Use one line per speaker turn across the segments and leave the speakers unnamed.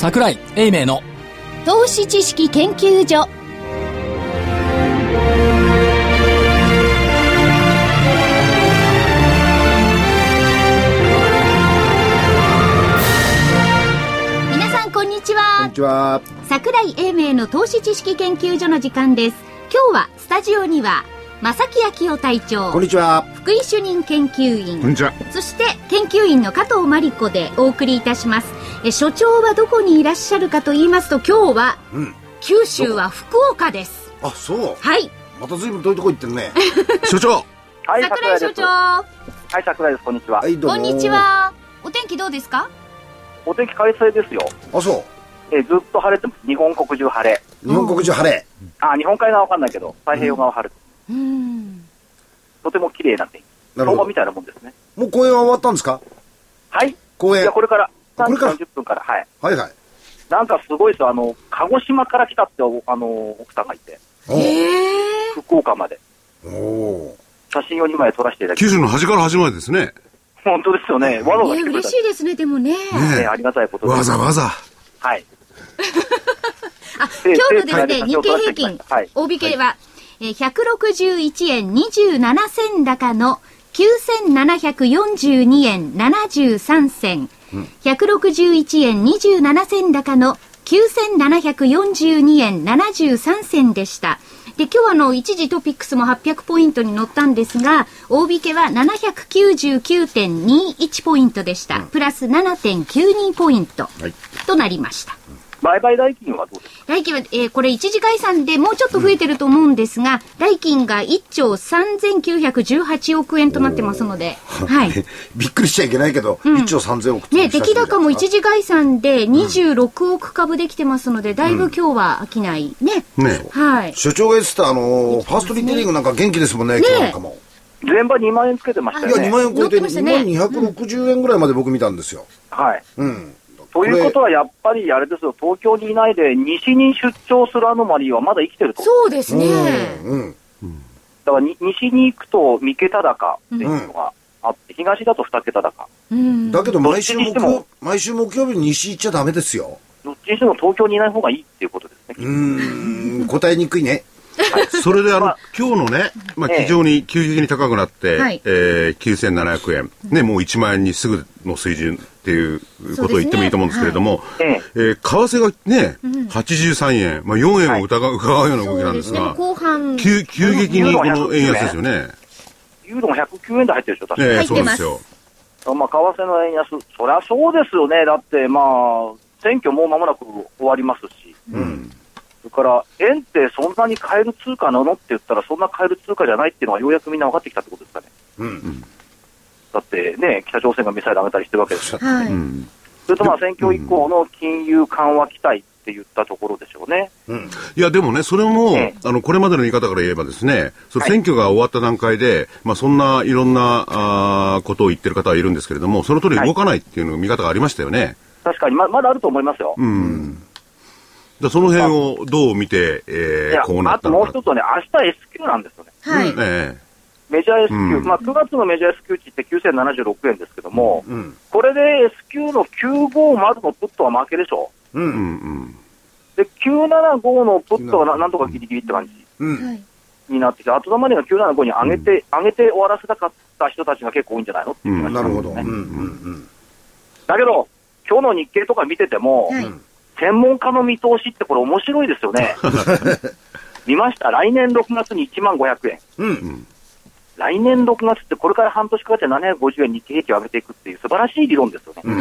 櫻井英明の
投資知識研究所。皆さんこんにちは。
こんにちは。
櫻井英明の投資知識研究所の時間です。今日はスタジオには正木昭夫隊長、
こんにちは。
福井主任研究員、
こんにちは。
そして研究員の加藤真理子でお送りいたします。所長はどこにいらっしゃるかと言いますと、今日は、九州は福岡です。
あ、そう。
はい。
また随分遠いとこ行ってるね。所長。
はい、
櫻井所長。
はい、桜井です。こんにちは。
はい、どうも。
こんにちは。お天気どうですか？
お天気快晴ですよ。
あ、そう。
ずっと晴れてます。日本国中晴れ。
日本国中晴れ。
日本海側わかんないけど、太平洋側晴れて、とても綺麗な天気。相場みたいなもんですね。
もう公演は終わったんですか？
はい。
公演。
いや、これから、3時
これから
30分から、はい。
はいはい。
なんかすごいですよ。鹿児島から来たって奥さんがいて。福岡まで。写真を2枚撮らせていただきます。
九州の端から端までですね。
本当ですよね。わざわざ来てくれた。
嬉しいですね、でもね。
ありがたいことです。
わざわざ。
はい。
今日のですね、日経平均、大引けは、161円27銭高の9742円73銭。161円27銭高の9742円73銭でした。で、今日一時トピックスも800ポイントに乗ったんですが、大引けは 799.21 ポイントでした。プラス 7.92 ポイントとなりました。
売買代金はどうですか？
代金は、これ一時概算でもうちょっと増えてると思うんですが、代金が1兆3918億円となってますので、はい。
びっくりしちゃいけないけど、1兆3000億
ね、出来高も一時概算で26億株できてますので、だいぶ今日は商いね。はい。
所長が言ってたファーストリテイリングなんか元気ですもんね、今日なんかも。
全場2万円つけてましたよね。
いや、2万円超えて2万260円ぐらいまで僕見たんですよ。
はい。ということはやっぱりあれですよ、東京にいないで西に出張するアノマリーはまだ生きてると。
そうですね。
だから西に行くと3桁高っていうのがあって、東だと2桁高。
だけど毎週木曜日に西行っちゃダメですよ。
どっちにしても東京にいない方がいいっていうことですね。
答えにくいね。
それで今日のね、非常に急激に高くなって、9700円、ね、もう1万円にすぐの水準っていうことを言ってもいいと思うんですけれども、為替がね、83円、4円を伺うような動きなんですが、急激にこの円安ですよね。
ユーロが109円で入ってるでしょ、確かに。
そうですよ。
為替の円安、そりゃそうですよね。だって選挙もう間もなく終わりますし。それから円ってそんなに買える通貨なのって言ったら、そんな買える通貨じゃないっていうのはようやくみんな分かってきたってことですかね。だってね、北朝鮮がミサイル上げたりしてるわけですから、それと選挙以降の金融緩和期待って言ったところでしょうね。
いやでもね、それも、これまでの言い方から言えばですね、その選挙が終わった段階で、そんないろんなことを言ってる方はいるんですけれども、その通り動かないっていうの見方がありましたよね。
確かにまだあると思いますよ。
その辺をどう見て、こうなったのか。
あともう一つはね、明日 S q なんですよね。メジャー S q、9月のメジャー S q 値って9076円ですけども、これで S q の950のプットは負けでしょ。で、975のプットはなんとかギリギリって感じになってきて、後玉にが975に上げて終わらせたかった人たちが結構多いんじゃないのっていう話なんですね。だけど、今日の日経とか見てても、専門家の見通しってこれ面白いですよね。見ました？来年6月に1万500円。来年6月ってこれから半年かかって750円日経平均を上げていくっていう素晴らしい理論ですよね。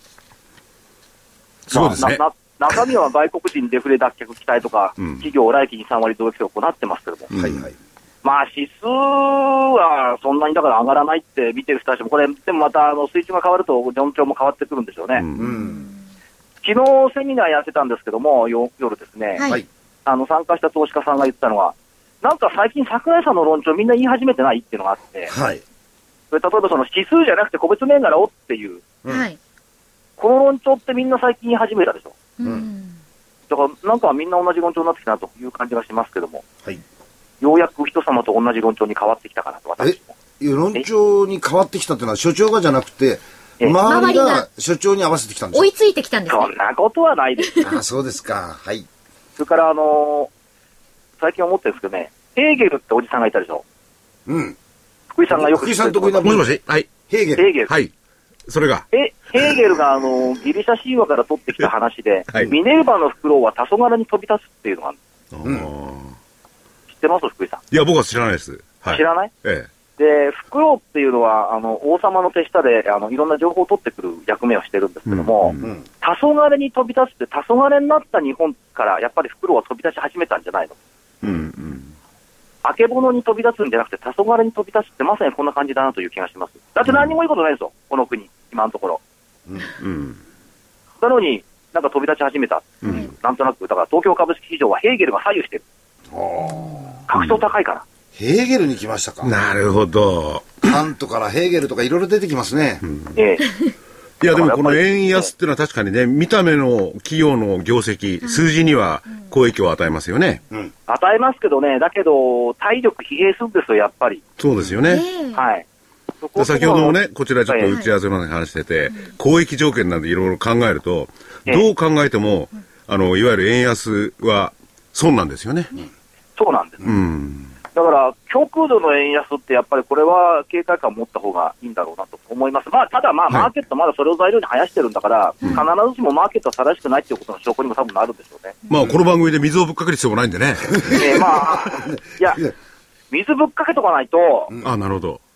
そうですね。
中身は外国人デフレ脱却期待とか、企業来期に3割増益と行ってますけども。指数はそんなにだから上がらないって見てる人たちも、これでもまた水準が変わると論調も変わってくるんでしょうね。昨日セミナーやってたんですけども、夜ですね、参加した投資家さんが言ったのは、なんか最近櫻井さんの論調みんな言い始めてないっていうのがあって、それ例えばその指数じゃなくて個別銘柄をっていう、この論調ってみんな最近言い始めたでしょ。だからなんかみんな同じ論調になってきたなという感じがしますけども、ようやく人様と同じ論調に変わってきたかなと、私も。
論調に変わってきたというのは所長がじゃなくて、 周りが所長に合わせてきたんですか？
追いついてきたんですか？
そんなことはないです。
あ、そうですか。はい。
それから最近思ってるんですけどね、ヘーゲルっておじさんがいたでしょ。
うん。
福井さんがよく
福井さん得意な
もしもし、はい。
ヘーゲル。
ヘーゲル。
はい。それが。
ヘーゲルがギリシャ神話から取ってきた話で、
はい、
ミネルヴァのフクロウは黄昏に飛び立つっていうのがあるんです。知ってます福井さん？
いや、僕は知らないです。
はい、知らない？
ええ。
で、フクロウっていうのは、王様の手下で、いろんな情報を取ってくる役目をしてるんですけども、黄昏に飛び立つって、黄昏になった日本から、やっぱりフクロウは飛び立ち始めたんじゃないの？あけぼのに飛び立つんじゃなくて、黄昏に飛び立つって、まさにこんな感じだなという気がします。だって何にもいいことないですよ、この国、今のところ。なのに、なんか飛び立ち始めた。なんとなく、だから東京株式市場はヘーゲルが左右してる。格調高いから。
ヘーゲルに来ましたか。
なるほど。
カントからヘーゲルとかいろいろ出てきますね。
いやでもこの円安っていうのは確かにね、見た目の企業の業績、数字には好影響を与えますよね。
与えますけどね、だけど体力疲弊するんですよ、やっぱり。
そうですよね。
はい。
先ほどもね、こちらちょっと打ち合わせの中で話してて、交易条件なんでいろいろ考えると、どう考えてもいわゆる円安は損なんですよね。
そうなんです。だから、極度の円安ってやっぱりこれは警戒感を持った方がいいんだろうなと思います。まあ、ただマーケットまだそれを材料に生やしてるんだから、必ずしもマーケットは正しくないっていうことの証拠にも多分なるんでしょうね。
まあ、この番組で水をぶっかける必要もないんでね。
いや、水ぶっかけとかないと、
なるほど。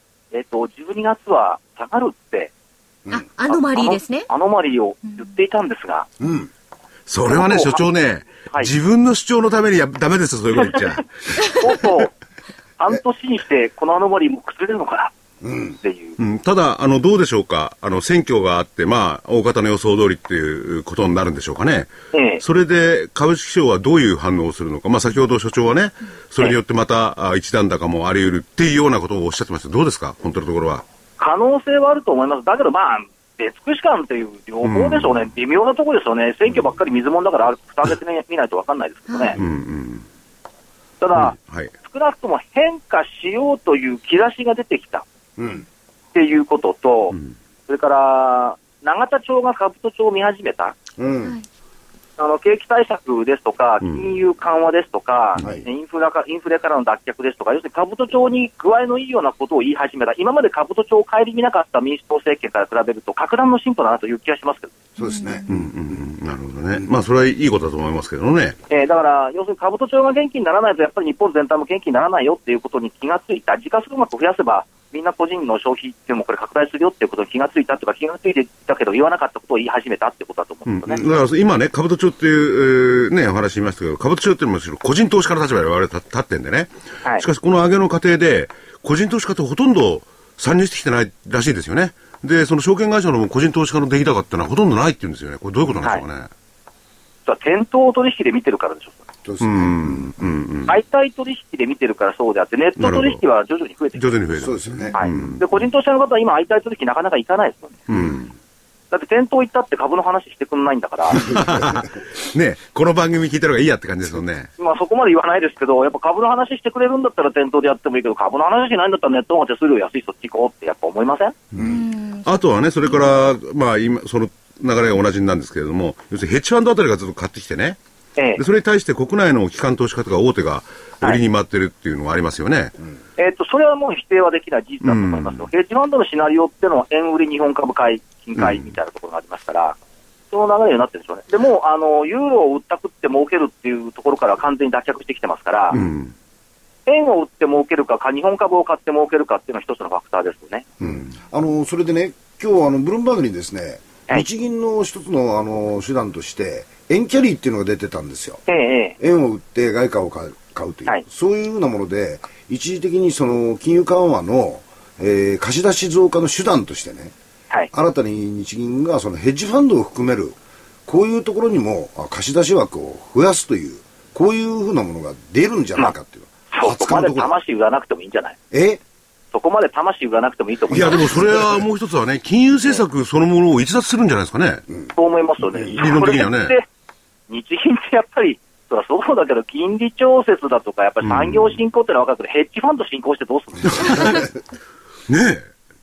12月は下がるって、
アノマリーですね。
アノマリーを言っていたんですが、
それはね、所長ね、自分の主張のためにダメですよ、そういうこと言っちゃ。
そうそう。半年にしてこのアノマリーも崩れるのかなっていう。
ただどうでしょうか。選挙があって、まあ大方の予想通りっていうことになるんでしょうかね。それで株式市場はどういう反応をするのか。まあ先ほど所長はね、それによってまた一段高もあり得るっていうようなことをおっしゃってました。どうですか、本当のところは。
可能性はあると思います。だけどまあ別くし感という両方でしょうね。微妙なところですよね。選挙ばっかり水物だから蓋開けてみないと分かんないですけどね。ただ、少なくとも変化しようという兆しが出てきたっていうことと、それから永田町が兜町を見始めた、景気対策ですとか、金融緩和ですとか、インフレからの脱却ですとか、要するに兜町に具合のいいようなことを言い始めた。今まで兜町を顧みなかった民主党政権から比べると格段の進歩だなという気がしますけど。
そうですね。
なるほどね。まあそれはいいことだと思いますけどね。
だから要するに兜町が元気にならないとやっぱり日本全体も元気にならないよっていうことに気がついた。時価総額を増やせばみんな個人の消費っていうのもこれ拡大するよっていうことに気がついたとか、気がついていたけど言わなかったことを言い始めたってことだと思うんですよね。
だから今ね、兜町っていう、お話言いましたけど、兜町っていうのも個人投資家の立場で我々立ってんでね。しかしこの上げの過程で個人投資家ってほとんど参入してきてないらしいですよね。で、その証券会社の個人投資家の出来高っていうのはほとんどないっていうんですよね。これどういうことなんでしょうかね。
店頭取引で見てるからでしょう。相対取引で見てるからそうであって、ネット取引は徐々に増えてきてる。
そうですよね。
で、個人投資家の方は今相対取引なかなか行かないですよね。だって店頭行ったって株の話してくんないんだから
ね、この番組聞いたのがいいやって感じですよね。
まあそこまで言わないですけど、やっぱ株の話してくれるんだったら店頭でやってもいいけど、株の話しないんだったらネットの手数料安い、そっち行こうってやっぱ思いません？
あとはね、それからまあ今その流れが同じなんですけれども、要するにヘッジファンドあたりがずっと買ってきてね、でそれに対して国内の機関投資家とか大手が売りに回ってるっていうのがありますよね。
それはもう否定はできない事実だと思いますよ。ヘッジファンドのシナリオってのは円売り日本株買い金買いみたいなところがありますから、その流れになってるんでしょうね。でもユーロを売ったくって儲けるっていうところから完全に脱却してきてますから、円を売って儲けるか日本株を買って儲けるかっていうのは一つのファクターですよね。
それでね、今日ブルームバーグにですね、日銀の一つの手段として円キャリーっていうのが出てたんですよ。円を売って外貨を買うという、そういうようなもので一時的にその金融緩和の、貸し出し増加の手段としてね、新たに日銀がそのヘッジファンドを含めるこういうところにも貸し出し枠を増やすというこういうふうなものが出るんじゃないかっていう
の、そこまで魂売らなくてもいいんじゃない？そこまで魂売らなくてもいいと思います。
いやでもそれはもう一つはね、金融政策そのものを逸脱するんじゃないですかね。
そう思いますよね。
理論的にはね。
日銀ってやっぱりそうだけど金利調節だとかやっぱり産業振興ってのは分かるけど、ヘッジファンド振興してどうするんですかね。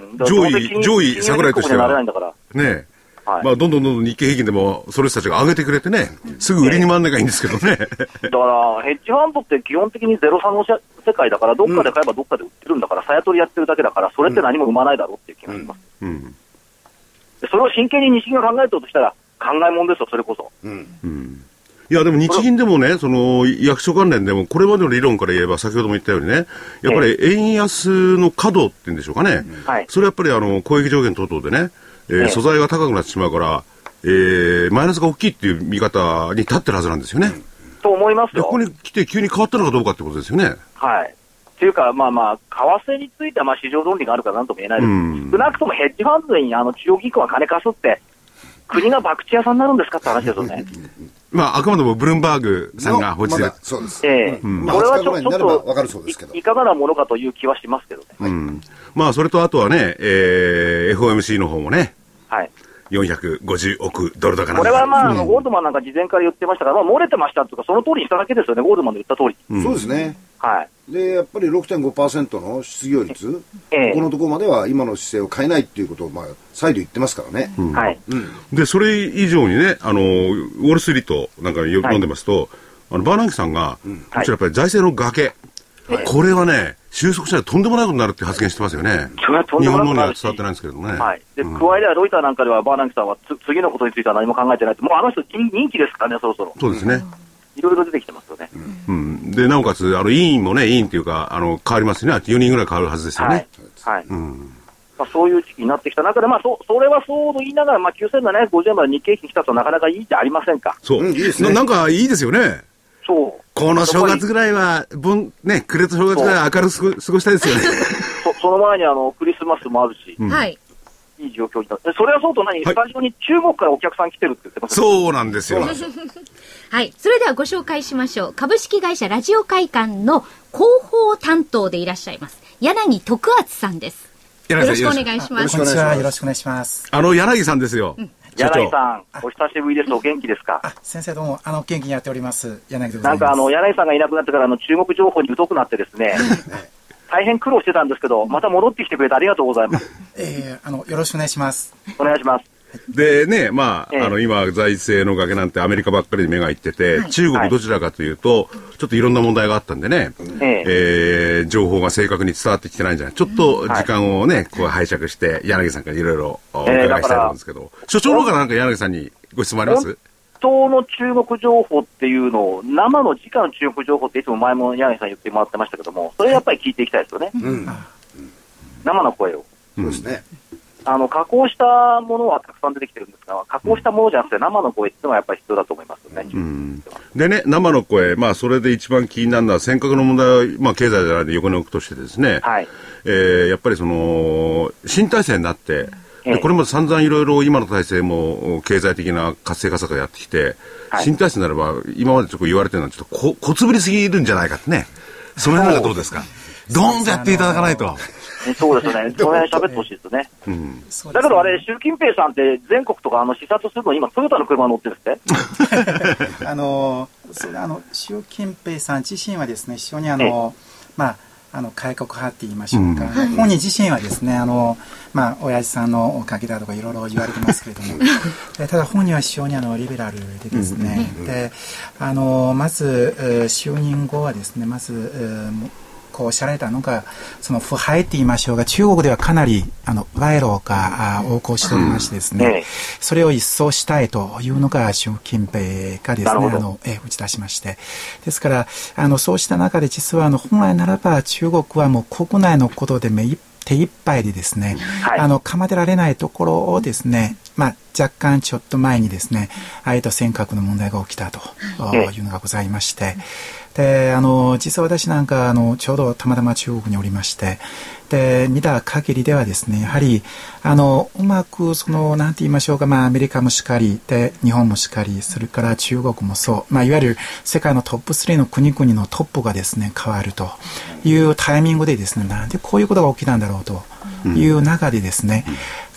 上位桜井としてはね、はい、まあどんどん日経平均でもその人たちが上げてくれてね、すぐ売りに回んなきゃいいんですけどね。だから
ヘッジファンドって基本的にゼロ差の世界だから、どっかで買えばどっかで売ってるんだから、さや取りやってるだけだから、それって何も生まないだろうっていう気がします。でそれを真剣に日銀が考えてるとしたら考えもんですよ、それこそ。
いやでも日銀でもね、その役所関連でもこれまでの理論から言えば先ほども言ったようにね、やっぱり円安の角度っていうんでしょうかね、それやっぱり攻撃上限等々でね、素材が高くなってしまうから、マイナスが大きいっていう見方に立ってるはずなんですよね。
と思いますよ。
ここに来て急に変わったのかどうかってことですよね。
はい。というか、為替については市場論理があるからなんとも言えないです。少なくともヘッジファンドに中央銀行が金貸すって、国が博打屋さんになるんですかって話ですよね。
あくまでもブルームバーグさんが報じてる。
そうです。
これはちょっといかがなものかという気はしますけどね。
それとあとはね、FOMC の方もね、
はい、
450億ドル高なん
これはゴールドマンなんか事前から言ってましたから、漏れてましたとか、その通りにしただけですよね、ゴールドマンで言った通り。
そうですね。
はい。
で、やっぱり 6.5% の失業率、このところまでは今の姿勢を変えないっていうことを、再度言ってますからね。
はい。
で、それ以上にね、ウォールストリートなんかよく読んでますと、バーナンキさんが、こちらやっぱり財政の崖、これはね、収束したらとんでもないことになるって発言してますよね。日本のには伝わってないんですけどね。
はい。で、加えればロイターなんかではバーナンキさんは次のことについては何も考えてないって、もうあの人人気ですからね、そろそろ。
そうですね。
いろいろ出てきてますよね。
で、なおかつ、委員もね、委員っていうか、変わりますね。4人ぐらい変わるはずですよね。
はい。そういう時期になってきた中で、それはそうと言いながら、9750円まで日経平均来たとなかなかいいじゃありませんか。
そう。いいですね。なんかいいですよね。
そう。
この正月ぐらいは、暮れと正月ぐらいは明るく過ごしたいですよね。
その前にクリスマスもあるし。
はい。
いい状況になって。それはそうとスタジオに中国からお客さん来てるって言ってます。
そうなんですよ。
はい。それではご紹介しましょう。株式会社ラジオ会館の広報担当でいらっしゃいます。柳徳厚さんです。よろしくお願いします。
こんにちは。よろしくお願いします。
柳さんですよ。
柳井さん、お久しぶりです。お元気ですか？
先生どうも、元気にやっております。柳でご
ざいます。なんか柳井さんがいなくなってから中国情報に疎くなってですね、大変苦労してたんですけど、また戻ってきてくれてありがとうございます。
よろしくお願いします。
お願いします。
でね、今、財政の崖なんてアメリカばっかりに目がいってて、中国どちらかというと、ちょっといろんな問題があったんでね、情報が正確に伝わってきてないんじゃない。ちょっと時間をね、拝借して、柳さんからいろいろお伺いしたいと思うんですけど、所長の方からなんか柳さんにご質問あります？
本当の中国情報っていうのを、生の直の中国情報っていつも前も柳さん言ってもらってましたけども、それやっぱり聞いていきたいですよね。生の声を。
そうですね。
加工したものはたくさん出てきてるんですが、加工したものじゃなくて生の声っていうのはやっぱり必要だと思いますよね。
でね、生の声、それで一番気になるのは尖閣の問題を、経済じゃないで横に置くとしてですね、やっぱり新体制になって、これまで散々いろいろ今の体制も経済的な活性化策をやってきて、新体制ならば今までちょっと言われてるのはちょっと小粒りすぎるんじゃないかってね、その辺がどうですか？ドーンとやっていただかないと。
そうですね。その辺喋ってほしいですね。だけど習近平さんって全国とか視察するのに今トヨタの車乗ってるって
習近平さん自身はですね、非常に改革派って言いましょうか、本人自身はですね、親父さんのおかげだとかいろいろ言われてますけれどもただ本人は非常にリベラルでですね、でまず就任後はですね、まずこうおっしゃられたのが、その腐敗って言いましょうが、中国ではかなり賄賂が横行しておりましてですね、それを一掃したいというのが習近平がですね、打ち出しまして、ですからそうした中で実は本来ならば中国はもう国内のことで手一杯でですね、構てられないところをですね、若干ちょっと前にですね、尖閣の問題が起きたというのがございまして、で実は私なんかちょうどたまたま中国におりまして、で見た限りではですね、やはりうまくなんて言いましょうか、アメリカもしっかりで日本もしっかり、それから中国もそう、いわゆる世界のトップ3の国々のトップがですね変わるというタイミングでですね、なんでこういうことが起きたんだろうという中でですね、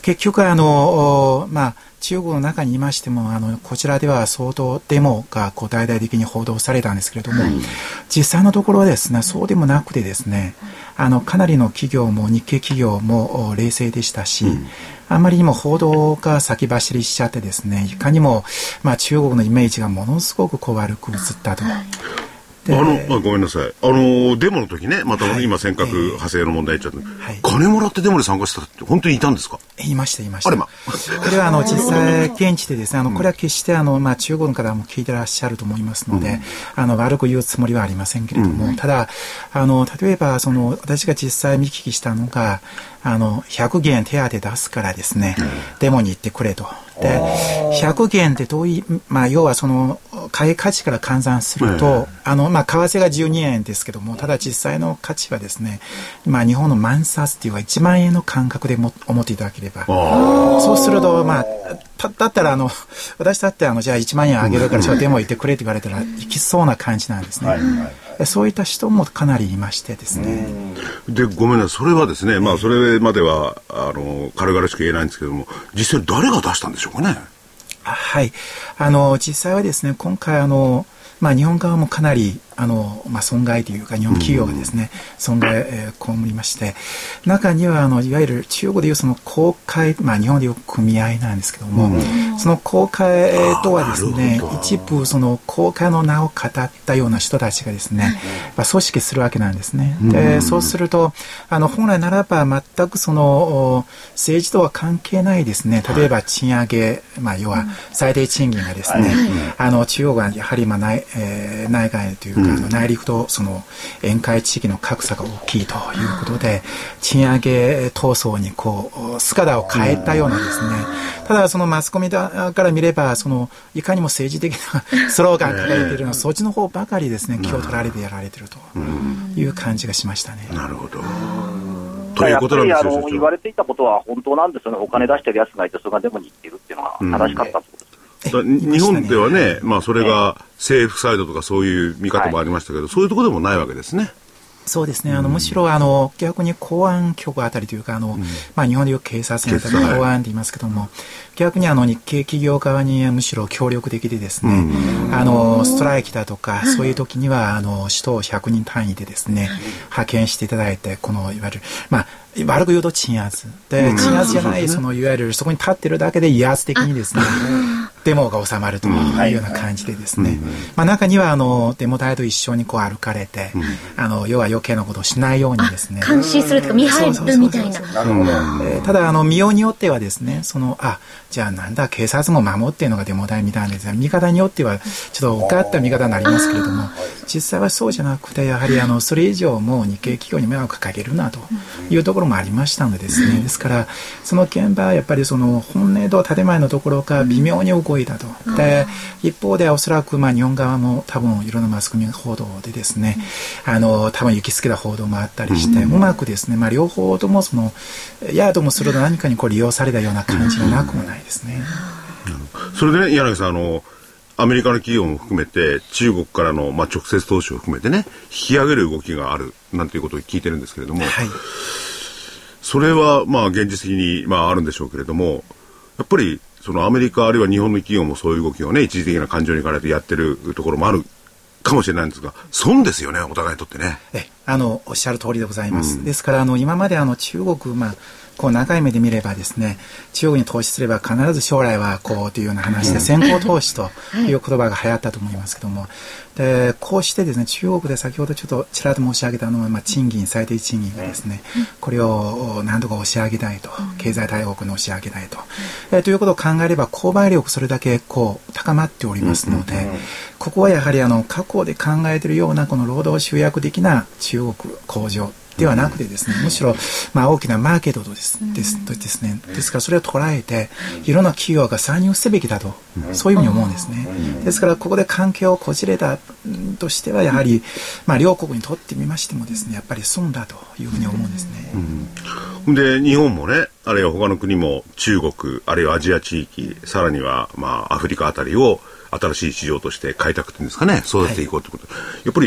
結局中国の中にいましてもこちらでは相当デモが大々的に報道されたんですけれども、実際のところはですねそうでもなくてですねかなりの企業も日系企業も冷静でしたし、あまりにも報道が先走りしちゃってですねいかにも中国のイメージがものすごく悪く映ったと。
ごめんなさい。デモの時ね、また今尖閣派生の問題言っちゃって、金もらってデモで参加したって本当にいたんですか？
いました。これは実際現地でですね、これは決して中国の方も聞いてらっしゃると思いますので、悪く言うつもりはありませんけれども、ただ、例えば私が実際見聞きしたのが、100元手当出すからですね、デモに行ってくれと。で、100元ってどういう、要は買い価値から換算すると、為替が12円ですけども、ただ実際の価値はですね、日本の万札っていうか1万円の感覚で思っていただければ。そうすると、だったら私だってじゃあ1万円あげるからデモ行ってくれって言われたら行きそうな感じなんですね。そういった人もかなりいましてですね。
で、ごめんなさい。それはですね、それまでは軽々しく言えないんですけども、実際誰が出したんでしょうかね。
はい。実際はですね、今回日本側もかなり損害というか日本企業がですね、損害被りまして、中にはいわゆる中国でいう公開、日本でいう組合なんですけども、その公開とはですね、一部公開の名を語ったような人たちがですね、組織するわけなんですね。で、そうすると本来ならば全く政治とは関係ないですね、例えば賃上げ、要は最低賃金がですね、中国はやはり内外というか内陸と沿海地域の格差が大きいということで、賃上げ闘争に姿を変えたようなですね、ただマスコミから見ればいかにも政治的なスローガンを掲げているのはそっちの方ばかりですね、気を取られてやられているという感じがしましたね。
なるほど。ということなんですよ。
言われていたことは本当なんですよね。お金出してるやつがいてそれがデモに行っているっていうのが正しかったってことです。
日本ではね、それが政府サイドとかそういう見方もありましたけど、そういうところでもないわけですね。
そうですね。むしろ逆に公安局あたりというか日本でいう警察の公安って言いますけども、逆に日系企業側にむしろ協力的でですね、ストライキだとかそういう時には首都を100人単位でですね派遣していただいて、いわゆる悪く言うと鎮圧で、鎮圧じゃないいわゆるそこに立ってるだけで威圧的にですねデモが収まるというような感じでですね、中にはデモ隊と一緒に歩かれて、要は余計なことをしないようにですね
監視するとか見張るみたいな。
ただ見ようによってはですね、じゃあなんだ警察も守っているのがデモ隊みたいなですね、見方によってはちょっと誤った見方になりますけれども、実際はそうじゃなくて、やはりそれ以上も日系企業に迷惑をかけるなというところもありましたのでですね、ですからその現場はやっぱり本音と建前のところが微妙に動いたと。で、一方ではおそらく日本側も多分いろんなマスコミ報道でですね、多分行きつけた報道もあったりして、うまくですね、両方ともやともすると何かに利用されたような感じがなくもないですね。
それでね、柳さんアメリカの企業も含めて中国からの直接投資を含めてね、引き上げる動きがあるなんていうことを聞いてるんですけれども、それは現実的にあるんでしょうけれども、やっぱりアメリカあるいは日本の企業もそういう動きをね、一時的な感情に駆られてやってるところもあるかもしれないんですが、損ですよね、お互いにとってね。
おっしゃる通りでございます。ですから今まで中国長い目で見ればですね、中国に投資すれば必ず将来はというような話で先行投資という言葉が流行ったと思いますけども、でこうしてですね、中国で先ほどちょっとちらっと申し上げたのは、賃金、最低賃金がですね、これを何とか押し上げたいと、経済大国に押し上げたいと、ということを考えれば購買力それだけ高まっておりますので、ここはやはり過去で考えているようなこの労働集約的な中国工場ではなくてですね、むしろ大きなマーケットとですね、ですからそれを捉えていろんな企業が参入すべきだと、そういうふうに思うんですね。ですからここで関係をこじれたとしてはやはり両国にとってみましてもですね、やっぱり損だというふうに思うんですね。
で日本もね、あるいは他の国も中国あるいはアジア地域、さらにはアフリカあたりを新しい市場として開拓というんですかね、育てていこうということ、やっぱり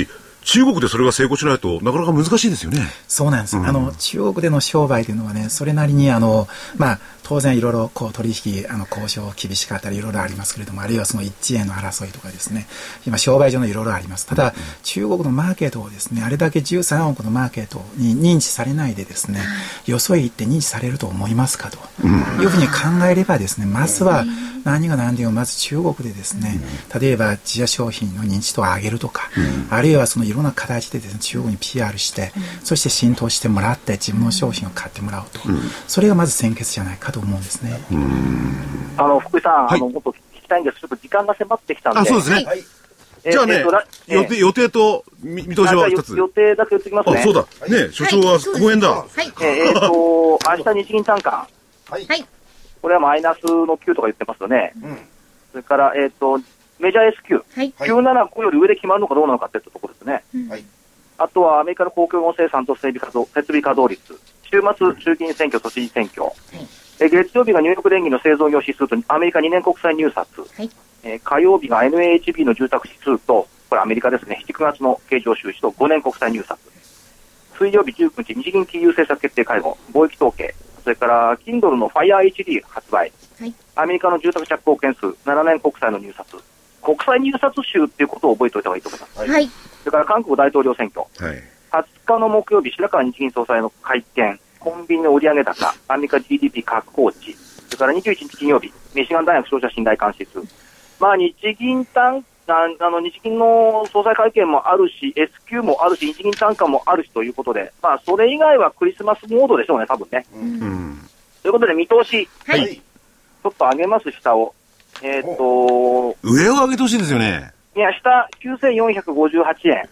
中国でそれが成功しないとなかなか難しいですよね。
そうなんです。中国での商売というのはね、それなりに当然いろいろ取引交渉厳しかったりいろいろありますけれども、あるいはその一円の争いとかですね、今商売上のいろいろあります。ただ中国のマーケットをですね、あれだけ13億のマーケットに認知されないでですね、よそへ行って認知されると思いますかというふうに考えればですね、まずは何が何でもまず中国でですね、例えば自社商品の認知度を上げるとか、あるいはそのいろんな形でですね、中国に PR して、そして浸透してもらって自分の商品を買ってもらうと、それがまず先決じゃないかと思うんですね。
福井さん、もっと聞きたいんです。ちょっと時間が迫ってきたんで。
そうですね。じゃあね、予定と見通しは2つ。
予定だけ言ってきますね。
そうだ。ね、所長は講演だ。
明日日銀短観。これはマイナスの9とか言ってますよね。それから、メジャー S q、975より上で決まるのかどうなのかというところですね。あとはアメリカの公共生産と設備稼働率、週末衆議院選挙と知事選挙、月曜日がニューヨーク連銀の製造業指数とアメリカ2年国債入札、火曜日が NAHB の住宅指数と、これアメリカですね、7、9月の経常収支と5年国債入札、水曜日19日日銀金融政策決定会合、貿易統計、それから Kindle の Fire HD 発売、アメリカの住宅着工件数、7年国債の入札、国債入札集っていうことを覚えておいた方がいいと思います。それから韓国大統領選挙、20日の木曜日、白川日銀総裁の会見、コンビニの売上高、アメリカ GDP 確保値、それから21日金曜日、ミシガン大学消費者信頼監視指数、日銀の総裁会見もあるし、S q もあるし、日銀短観もあるしということで、それ以外はクリスマスモードでしょうね、多分ね。ということで、見通し、ちょっと上げます、下を。
上を上げてほしいですよね。
いや、下、9458円。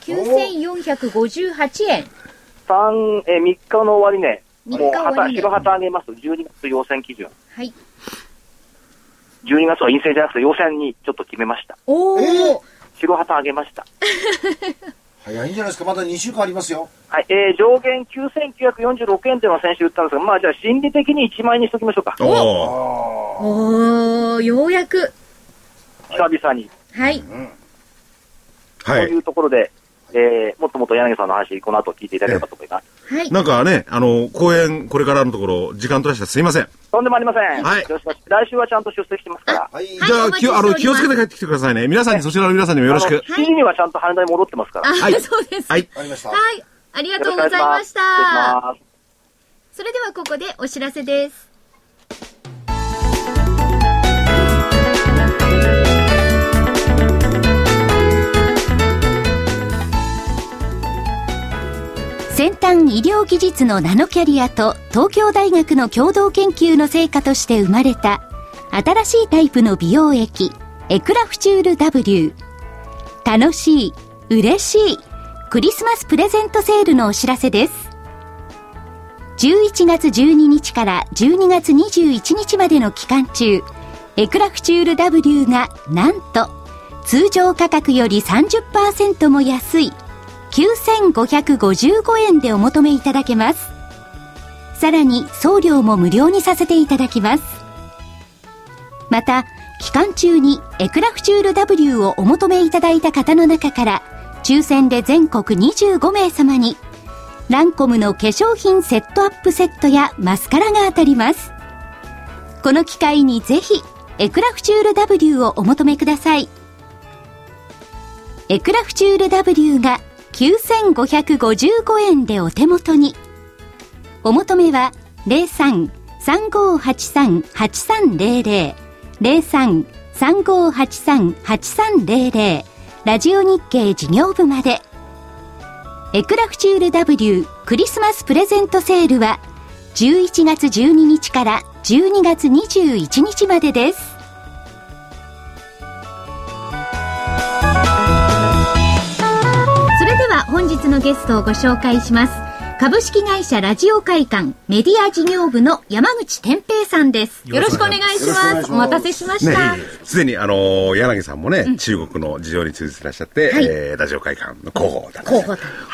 9458円。
3日の終値、もう白旗上げます。12月要請基準。12月は陰線じゃなくて陽線にちょっと決めました。白旗上げました。
早いんじゃないですか。まだ2週間ありますよ。
上限9946円というのは先週言ったんですが、じゃあ心理的に1万円にしときましょうか。
ようやく。
久々に。というところで、もっともっと柳さんの話、この後聞いていただければと思います。
なんかね、講演、これからのところ、時間取らせてすいません。
とんでもありません。来週はちゃんと出席してますから。
じゃあ、気をつけて帰ってきてくださいね。皆さんに、そちらの皆さんにもよろしく。
7時にはちゃんと羽田に戻ってますから。
そうです。
ありました。
ありがとうございました。それではここでお知らせです。先端医療技術のナノキャリアと東京大学の共同研究の成果として生まれた新しいタイプの美容液エクラフチュール W。 楽しい、嬉しいクリスマスプレゼントセールのお知らせです。11月12日から12月21日までの期間中、エクラフチュール W がなんと通常価格より 30% も安い9555円でお求めいただけます。さらに送料も無料にさせていただきます。また期間中にエクラフチュール W をお求めいただいた方の中から抽選で全国25名様にランコムの化粧品セットアップセットやマスカラが当たります。この機会にぜひエクラフチュール W をお求めください。エクラフチュール W が9555円でお手元に。お求めは 03-3583-8300 03-3583-8300 ラジオ日経事業部まで。エクラフチュール W クリスマスプレゼントセールは11月12日から12月21日までです。本日のゲストをご紹介します。 株式会社ラジオ会館メディア事業部の山口天平さんです。よろしくお願いします。お待たせしました。
すでに柳さんもね、中国の事情に通じてらっしゃって、ラジオ会館の広報だった。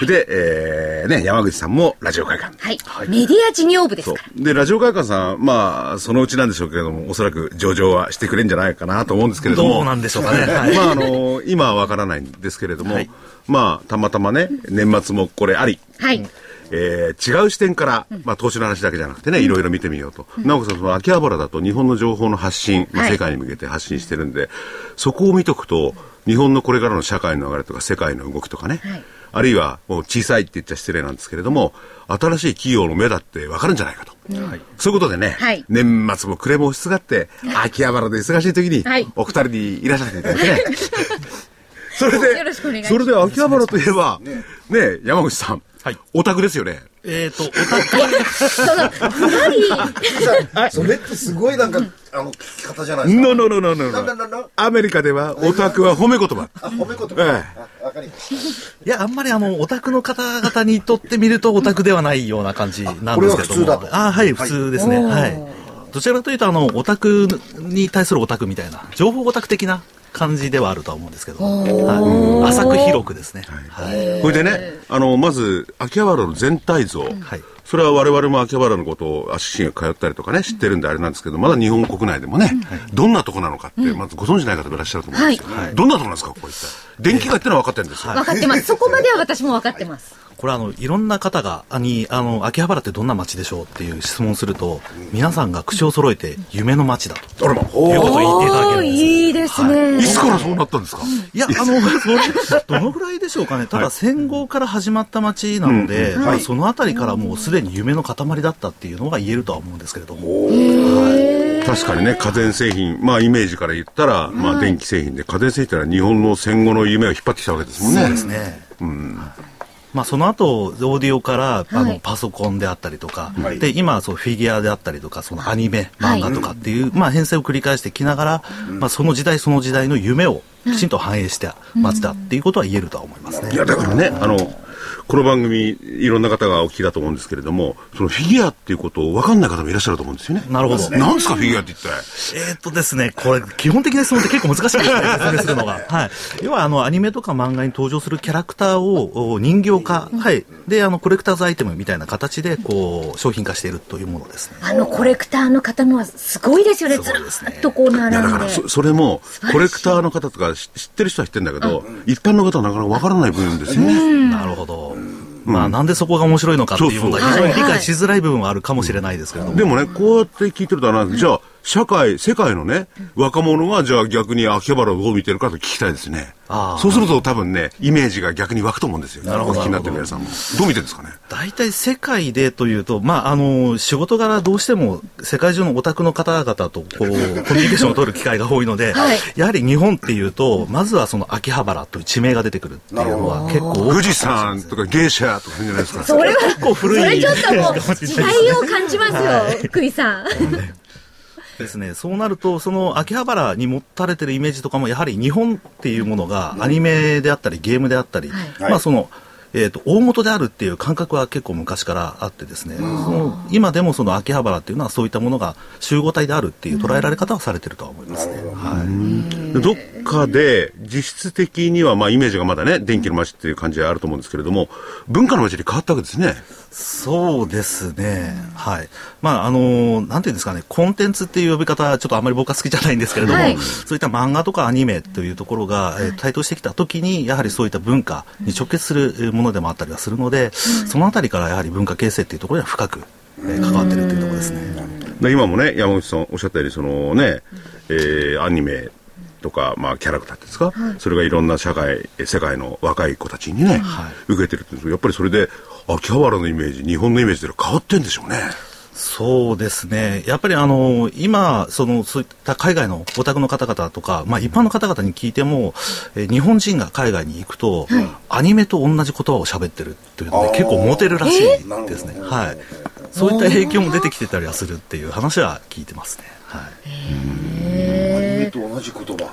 で、山口さんもラジオ会館。
メディア事業部ですから。
で、ラジオ会館さん、まあ、そのうちなんでしょうけれども、おそらく上場はしてくれんじゃないかなと思うんですけれども。
どうなんでしょうかね。
まあ、今はわからないんですけれども、まあ、たまたまね、年末もこれあり。違う視点から、まあ、投資の話だけじゃなくてね、いろいろ見てみようと。なおかつ、その秋葉原だと日本の情報の発信、世界に向けて発信してるんで、そこを見とくと、日本のこれからの社会の流れとか世界の動きとかね、あるいはもう小さいって言っちゃ失礼なんですけれども、新しい企業の目だって分かるんじゃないかと。そういうことでね、年末も暮れも押しすがって、秋葉原で忙しい時に、お二人にいらっしゃっていただいてね。それで秋葉原といえば、ね、山口さん、オタクですよね。
オタク。
それってすごいなんか、聞き方じゃないですか。
No。アメリカでは、オタクは褒め言葉。
褒め言葉。わかりました。
いや、あんまりオタクの方々にとってみると、オタクではないような感じなんですけども。
これは普通だと。
はい、普通ですね。どちらかというと、オタクに対するオタクみたいな、情報オタク的な感じではあるとは思うんですけど、浅く広くですね。
これでね、まず秋葉原の全体像、それは我々も秋葉原のことを足しげく通ったりとかね、知ってるんであれなんですけど、まだ日本国内でもね、どんなとこなのかってまずご存じない方もいらっしゃると思うんですよ。どんなとこなんですか、ここ一体。電気街ってのは分かってるんですよ。
分かってます。そこまでは私も分かってます。
これいろんな方が秋葉原ってどんな街でしょうっていう質問をすると、皆さんが口を揃えて夢の街だということを言っていただけるんです。
いいですね。
いつからそうなったんですか？
いや、どのぐらいでしょうかね。ただ戦後から始まった街なので、そのあたりからもうすでに夢の塊だったっていうのが言えるとは思うんですけれども。
確かにね、家電製品、まあイメージから言ったら、まあ電気製品で、家電製品ってのは日本の戦後の夢を引っ張ってきたわけですもんね。
そうですね。まあ、その後オーディオからパソコンであったりとか、で今フィギュアであったりとか、そのアニメ漫画とかっていう、まあ、編成を繰り返してきながら、まあ、その時代その時代の夢をきちんと反映した街だっていうことは言えるとは思いますね。
いやだからね、この番組いろんな方がお聞きだと思うんですけれども、そのフィギュアっていうことを分かんない方もいらっしゃると思うんですよね。
なるほど。
なんですかフィギュアって一
体。ですね、これ基本的な質問って結構難しいですね、説明するのが。要はアニメとか漫画に登場するキャラクターを人形化、でコレクターズアイテムみたいな形でこう商品化しているというものですね。
コレクターの方のはすごいですよね。ずらっとこう並んで。
だからそれもコレクターの方とか知ってる人は知ってるんだけど、一般の方はなかなか分からない部分ですよね。
なるほど。まあ、なんでそこが面白いのかっていうのが非常に理解しづらい部分はあるかもしれないですけれども。
でもね、こうやって聞いてるとじゃあ、世界のね、若者がじゃあ逆に秋葉原をどう見てるかと聞きたいですね。そうすると多分ね、イメージが逆に湧くと思うんですよ。なるほど。気になってる皆さんも。どう見てるんですかね。
大体世界でというと、まあ、仕事柄どうしても世界中のオタクの方々とこう、コミュニケーションを取る機会が多いので、やはり日本っていうと、まずはその秋葉原という地名が出てくるっていうのは結構。
富士山とか芸者とかじゃないですか。
それは結構古い。それちょっともう、時代を感じますよ、福井さん。
ですね、そうなるとその秋葉原に持たれてるイメージとかもやはり日本っていうものがアニメであったりゲームであったり、まあその大元であるっていう感覚は結構昔からあってですね、今でもその秋葉原っていうのはそういったものが集合体であるっていう捉えられ方はされてるとは思いますね。
どっかで実質的にはまあイメージがまだね電気の街っていう感じはあると思うんですけれども、文化の街に変わったわけですね。
そうですね。まあなんていうんですかね、コンテンツっていう呼び方はちょっとあんまり僕は好きじゃないんですけれども、そういった漫画とかアニメというところが台頭してきた時にやはりそういった文化に直結するものでもあったりはするので、そのあたりからやはり文化形成っていうところには深く関わっているというところですね。
今もね山口さんおっしゃったようにそのね、アニメとか、まあ、キャラクターですか、それがいろんな世界の若い子たちにね、受けてるってやっぱりそれで秋葉原のイメージ、日本のイメージで変わってんでしょうね。
そうですね。やっぱり今そういった海外のオタクの方々とか、まあ、一般の方々に聞いても、日本人が海外に行くと、アニメと同じ言葉を喋ってるっていうので結構モテるらしいですね。そういった影響も出てきてたりはするっていう話は聞いてますね。
アニメと同じ言葉。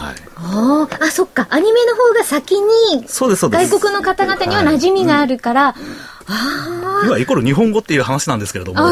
そっか、アニメの方が先に外国の方々には馴染みがあるから、
要はイコール日本語っていう話なんですけれども、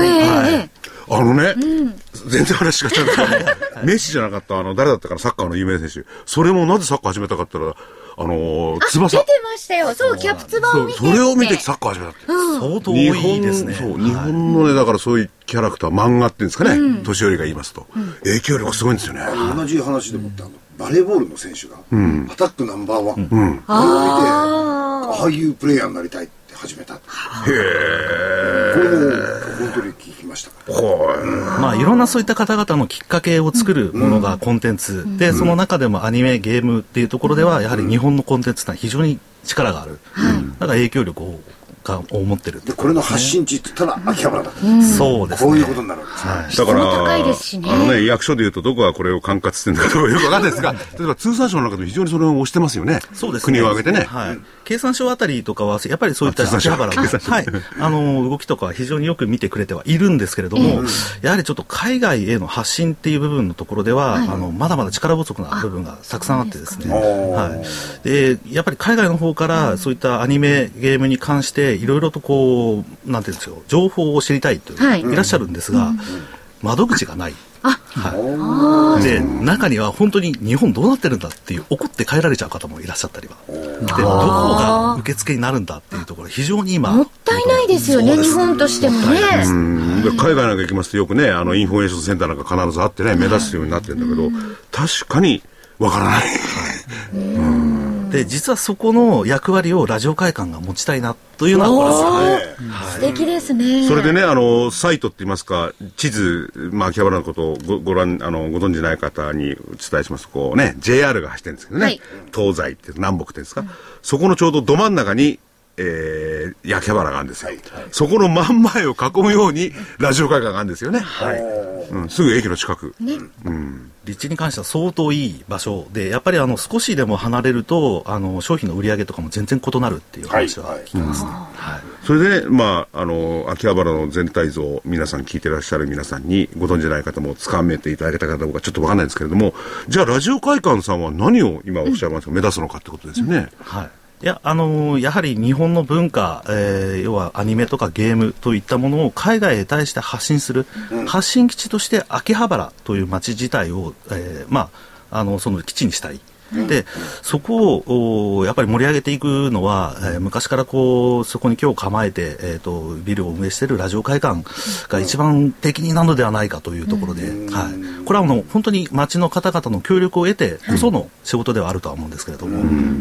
全然話が違うんですけど、メッシじゃなかった誰だったかな、サッカーの有名選手、それもなぜサッカー始めたかって言ったら、翼
出てましたよ。そう、キャプツバを見て、
それを見てサッカー始めたって、
相当多いですね。
日本のね、だからそういうキャラクター、漫画っていうんですかね、年寄りが言いますと、影響力すごいんですよね。
同じ話でもってバレーボールの選手が、アタックナンバーワン、あれを見て、ああいうプレイヤーになりたいって始めた。へえ。これも本当に聞きました。
いろんなそういった方々のきっかけを作るものがコンテンツで、その中でもアニメ、ゲームっていうところではやはり日本のコンテンツは非常に力がある。だから影響力を持ってる
で、これの発信地って言ったら秋葉原だ。
そうですね。
こういうことになるわけです
ね。だから役所でいうとどこがこれを管轄してるのかよく分かんないですが、例えば通産省の中でも非常にそれを推してますよね。
そうですね。
国を挙げてね。
経産省あたりとかはやっぱりそういった秋葉原の動きとかは非常によく見てくれてはいるんですけれども、やはりちょっと海外への発信っていう部分のところではまだまだ力不足な部分がたくさんあってですね。で、やっぱり海外の方からそういったアニメ、ゲームに関していろいろとなんていうんですよ、情報を知りたいといらっしゃるんですが、窓口がない。で、中には本当に日本どうなってるんだっていう怒って帰られちゃう方もいらっしゃったりは。で、どこが受付になるんだっていうところ非常に今
もったいないですよね、日本としてもね。
海外なんか行きますとよくね、インフォメーションセンターなんか必ずあってね、目立つようになってるんだけど、確かにわからない。
で、実はそこの役割をラジオ会館が持ちたいなというのは
素敵ですね。
それでね、サイトって言いますか、地図、秋葉原のことをご存じない方にお伝えしますと、JR が走ってるんですけどね、東西って南北っていうんですか、そこのちょうどど真ん中に秋葉原があるんですよ。そこの真ん前を囲むようにラジオ会館があるんですよね。すぐ駅の近く。
立地に関しては相当いい場所で、やっぱり少しでも離れると商品の売り上げとかも全然異なるっていう話は聞きますね。
それで秋葉原の全体像、皆さん聞いてらっしゃる皆さんにご存じない方もつかめていただけたかどうかちょっと分かんないんですけれども、じゃあラジオ会館さんは何を今おっしゃいますか、目指すのかってことですよね。
いや、やはり日本の文化、要はアニメとかゲームといったものを海外へ対して発信する、発信基地として秋葉原という街自体を、その基地にしたい。で、そこをやっぱり盛り上げていくのは、昔からそこに今日構えて、ビルを運営しているラジオ会館が一番適任なのではないかというところで、これは本当に街の方々の協力を得てこその仕事ではあるとは思うんですけれども。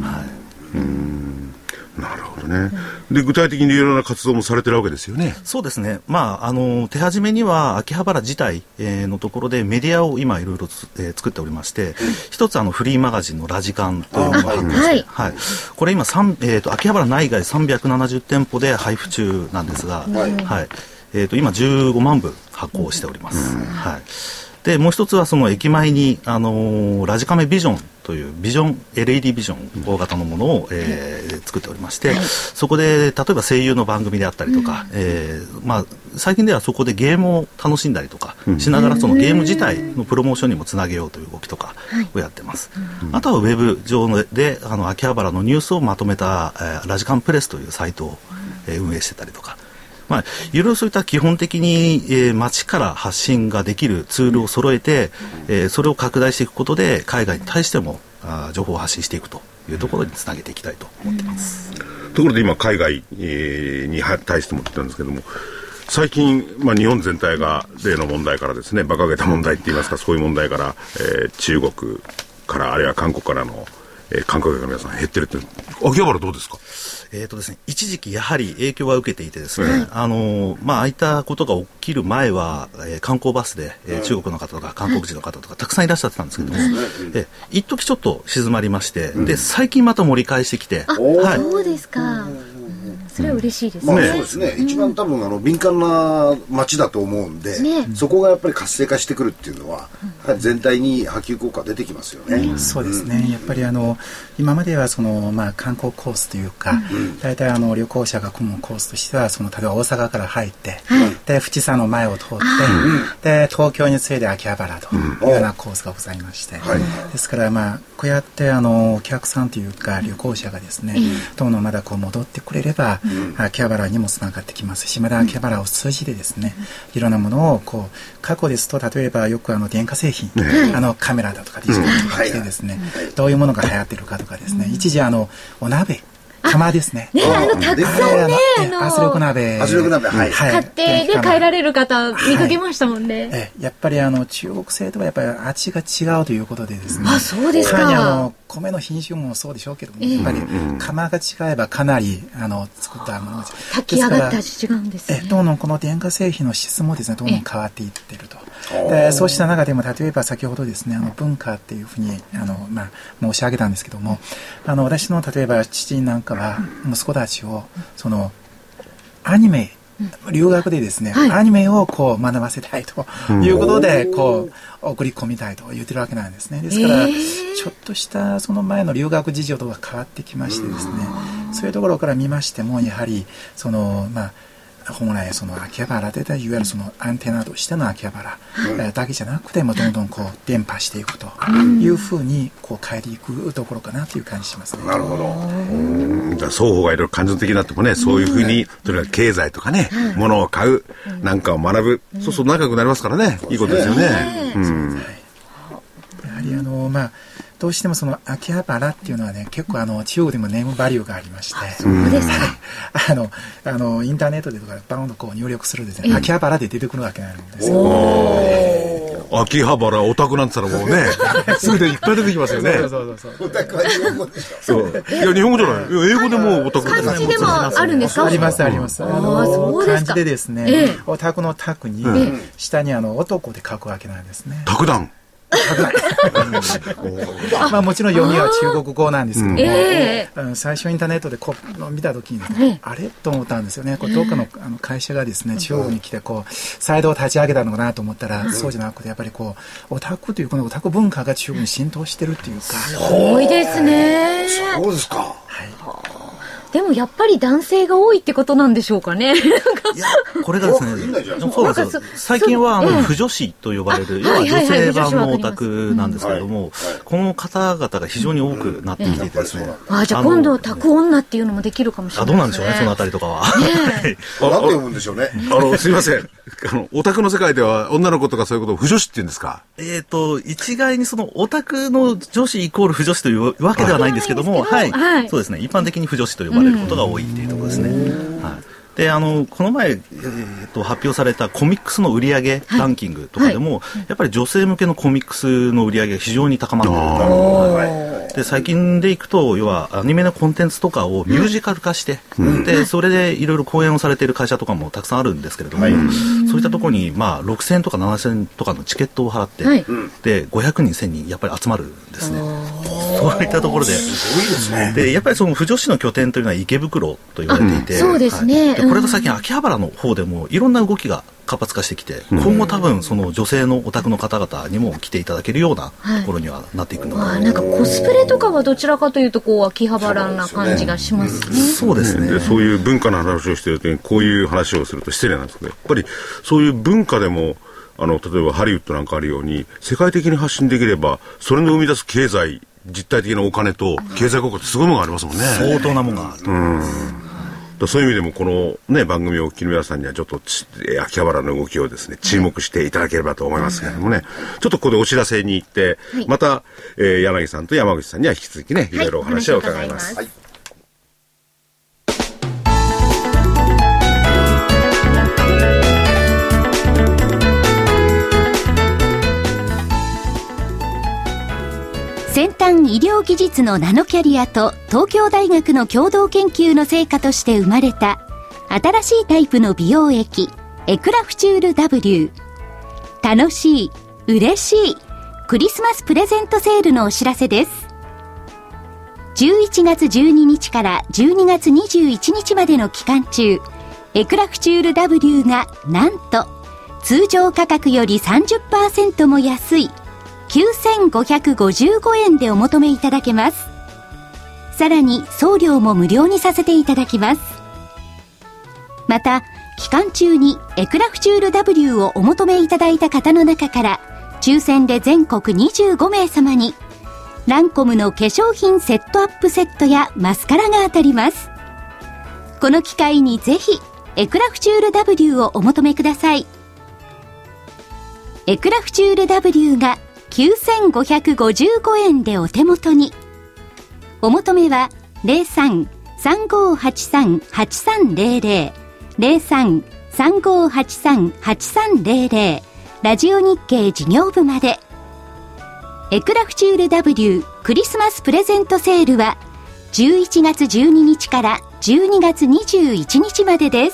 なるほどね。で、具体的にいろいろな活動もされてるわけですよね。
そうですね。手始めには秋葉原自体のところでメディアを今いろいろ作っておりまして、一つフリーマガジンのラジカンというのがありまして、これ今秋葉原内外370店舗で配布中なんですが、今15万部発行しております。で、もう一つはその駅前に、ラジカメビジョンというLED ビジョン大型のものを、作っておりまして、そこで例えば声優の番組であったりとか、最近ではそこでゲームを楽しんだりとかしながら、そのゲーム自体のプロモーションにもつなげようという動きとかをやってます。あとはウェブ上で秋葉原のニュースをまとめた、ラジカンプレスというサイトを、運営してたりとか、いろいろそういった基本的に、街から発信ができるツールを揃えて、それを拡大していくことで海外に対しても情報を発信していくというところにつなげていきたいと思っています。
ところで今海外、に対しても言ってたんですけども、最近、日本全体が例の問題からですね、馬鹿げた問題って言いますか、そういう問題から、中国からあるいは韓国からの、観光客の皆さん減ってるって、秋葉原どうですか？
ですね、一時期やはり影響は受けていてですね、ああいったことが起きる前は、観光バスで、中国の方とか韓国人の方とかたくさんいらっしゃってたんですけども、一時ちょっと静まりまして、で最近また盛り返してきて、
そうですか。 それは嬉しいです
ね。まあそうですね。一番多分敏感な街だと思うんで、そこがやっぱり活性化してくるっていうのは、全体に波及効果出てきますよね。
そうですね。やっぱり今までは観光コースというか、大体旅行者が混むコースとしては、例えば大阪から入って、で、富士山の前を通って、で、東京に着いて秋葉原というようなコースがございまして、ですからこうやってお客さんというか旅行者がですね、どんどんまだ戻ってくれれば、秋葉原にもつながってきますし、まだ秋葉原を通じてですね、いろんなものを過去ですと、例えばよく電化製品、カメラだとかディスプレイとかしてですね、どういうものが流行ってるかとかですね、一時お鍋、釜ですね。
たくさんね、
圧力鍋。
はい。
買ってで帰られる方見かけましたもんね。
やっぱり中国製とはやっぱり味が違うということでですね。
あ、そうですか。
米の品種もそうでしょうけども、やっぱり釜が違えばかなり作ったものが
炊き上がった味違うんですね。
どんどんこの電化製品の質もですね、どんどん変わっていっていると。でそうした中でも、例えば先ほどですね、文化っていうふうに申し上げたんですけども、私の例えば父なんかは息子たちをアニメ留学でですね、アニメを学ばせたいということで送り込みたいと言ってるわけなんですね。ですからちょっとしたその前の留学事情とは変わってきましてですね、そういうところから見ましても、やはり本来秋葉原でいわゆるアンテナとしての秋葉原だけじゃなくても、どんどん伝播していくというふうに変えていくところかなという感じしますね。
なるほど。
双方がいろいろ感情的になってもね、そういうふうにとにかく経済とかね、物を買うなんかを学ぶ、そうすると仲良くなりますからね、いいことですよね。や
はりどうしても秋葉原っていうのはね、結構中国でもネームバリューがありまして、
そうですか。
インターネットでとかバウンド入力するとですね、秋葉原で出てくるわけなんですよ。
秋葉原オタクなんて言ったらもうね、すぐでいっぱい出てきますよね。
オタクは日本語でしょ。
いや日本語じゃない。英語でもオタク。
漢字でもあるんですか？
あります。漢字でですね、オタクのタクに下に男で書くわけなんですね。
卓談。
もちろん読みは中国語なんですけども、最初インターネットで見た時に、あれと思ったんですよね。どっかの会社がですね、中国に来てサイトを立ち上げたのかなと思ったら、そうじゃなくて、やっぱりオタクというこのオタク文化が中国に浸透してるっていうか。
すごいですね。
そうですか。はい。
でもやっぱり男性が多いってことなんでしょうかね。
いや、これがですね、そうです。最近は腐女子と呼ばれる、要は女性版のオタクなんですけれども、この方々が非常に多くなってきていてですね。
じゃあ今度タク女っていうのもできるかもしれないですね。
どうなんでしょうね、そのあたりとかは。
なんて読むんでしょうね。
すいません。オタクの世界では女の子とかそういうことを腐女子って言うんですか？
一概にオタクの女子イコール腐女子というわけではないんですけども、はい。そうですね。一般的に腐女子と呼ばれることが多いっていうところですね。はい。で、この前、発表されたコミックスの売上ランキングとかでも、やっぱり女性向けのコミックスの売上が非常に高まっている。で、最近でいくと、要はアニメのコンテンツとかをミュージカル化して、で、それでいろいろ講演をされている会社とかもたくさんあるんですけれども、そういったところに、6000とか7000とかのチケットを払って、で、500人、1000人、やっぱり集まるんですね。そういったところで。
すごいですね。
で、やっぱり腐女子の拠点というのは池袋と言われていて、
そうですね。
これが最近秋葉原の方でもいろんな動きが活発化してきて、今後多分その女性のオタクの方々にも来ていただけるようなところにはなっていくのかな。
なんかコスプレとかはどちらかというと秋葉原な感じがしますね。
そうですね。
そういう文化の話をしているときにこういう話をすると失礼なんですけど、やっぱりそういう文化でも例えばハリウッドなんかあるように世界的に発信できればそれの生み出す経済実体的なお金と経済効果ってすごいものがありますもんね。
相当なものがある。
そういう意味でもこのね番組をお聞きの皆さんにはちょっと秋葉原の動きをですね注目していただければと思いますけれどもね、ちょっとここでお知らせに行って、また、柳さんと山口さんには引き続きねいろいろお話を伺います。
先端医療技術のナノキャリアと東京大学の共同研究の成果として生まれた新しいタイプの美容液エクラフチュール W。 楽しい、嬉しいクリスマスプレゼントセールのお知らせです。 11月12日から12月21日までの期間中、エクラフチュール W がなんと通常価格より 30% も安い9555円でお求めいただけます。さらに送料も無料にさせていただきます。また期間中にエクラフチュール W をお求めいただいた方の中から抽選で全国25名様にランコムの化粧品セットアップセットやマスカラが当たります。この機会にぜひエクラフチュール W をお求めください。エクラフチュール W が9555円でお手元に。お求めは 03-3583-8300 03-3583-8300 ラジオ日経事業部まで。エクラフチュール W クリスマスプレゼントセールは11月12日から12月21日までです。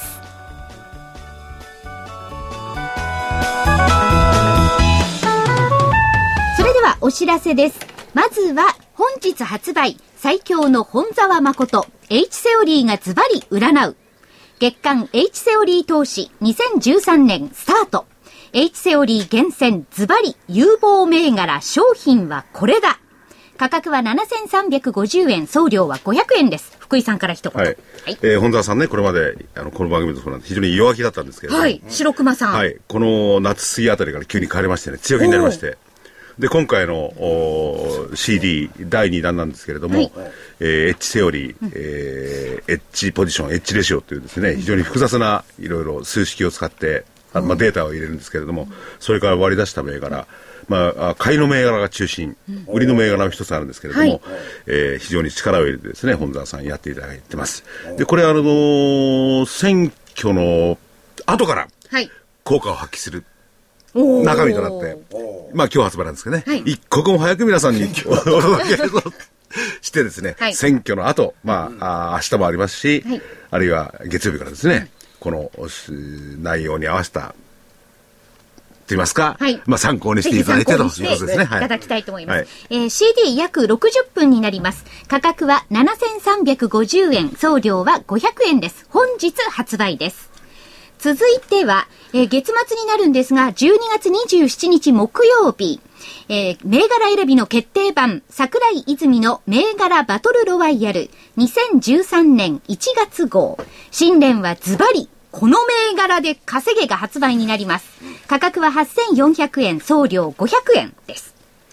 それではお知らせです。まずは本日発売、最強の本沢誠 H セオリーがズバリ占う月間 H セオリー投資2013年スタート。H セオリー厳選ズバリ有望銘柄、商品はこれだ。価格は7350円、送料は500円です。福井さんから一言。はい。
本沢さんね、これまでこの番組とそうなんで非常に弱気だったんですけれども、
はい、白熊さん、
はい、この夏過ぎあたりから急に変わりましてね、強気になりまして、で今回のCD 第2弾なんですけれども、はい、エッジセオリー、エッジポジション、エッジレシオというですね、非常に複雑ないろいろ数式を使ってデータを入れるんですけれども、それから割り出した銘柄、買いの銘柄が中心、売りの銘柄の一つあるんですけれども、非常に力を入れてですね、本沢さんやっていただいてます。でこれ選挙の後から効果を発揮する中身となって、今日発売なんですけどね、一刻も早く皆さんにお届けしてですね、選挙の後、明日もありますし、あるいは月曜日からですね、この内容に合わせたと言いますか、参考にしていただいてということですね。い
ただきたいと思います。CD 約60分になります。価格は7350円、送料は500円です。本日発売です。続いては、月末になるんですが、12月27日木曜日、銘柄選びの決定版、桜井泉の銘柄バトルロワイヤル2013年1月号。新年はズバリこの銘柄で稼げが発売になります。価格は8400円、送料500円です。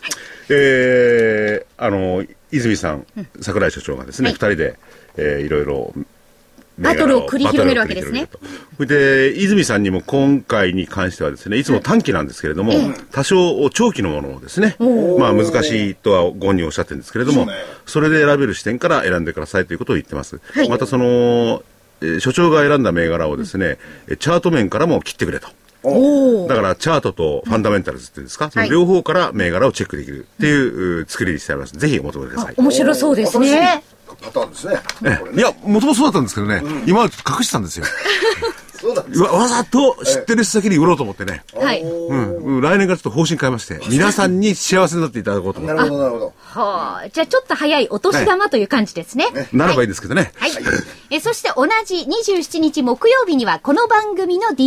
泉さん、桜井所長がですね、2人で、いろいろ
バトルを繰り広げるわけですね。
で、泉さんにも今回に関してはですね、いつも短期なんですけれども、多少長期のものをですね、難しいとはご本人おっしゃってるんですけれども、それで選べる視点から選んでくださいということを言ってます。また所長が選んだ銘柄をですね、チャート面からも切ってくれと。だからチャートとファンダメンタルズっていうんですか、その両方から銘柄をチェックできるっていう作りにしてあります。ぜひお求めください。
面白そうですね。
パターンですね。
いや、もともとそうだったんですけどね、今は隠してたんですよ。わざと知ってる人先に売ろうと思ってね。来年からちょっと方針変えまして、皆さんに幸せになっていただこうと思って。
なるほど、なるほど。
じゃあちょっと早いお年玉という感じですね。
ならばいいんですけどね。
そして同じ27日木曜日にはこの番組の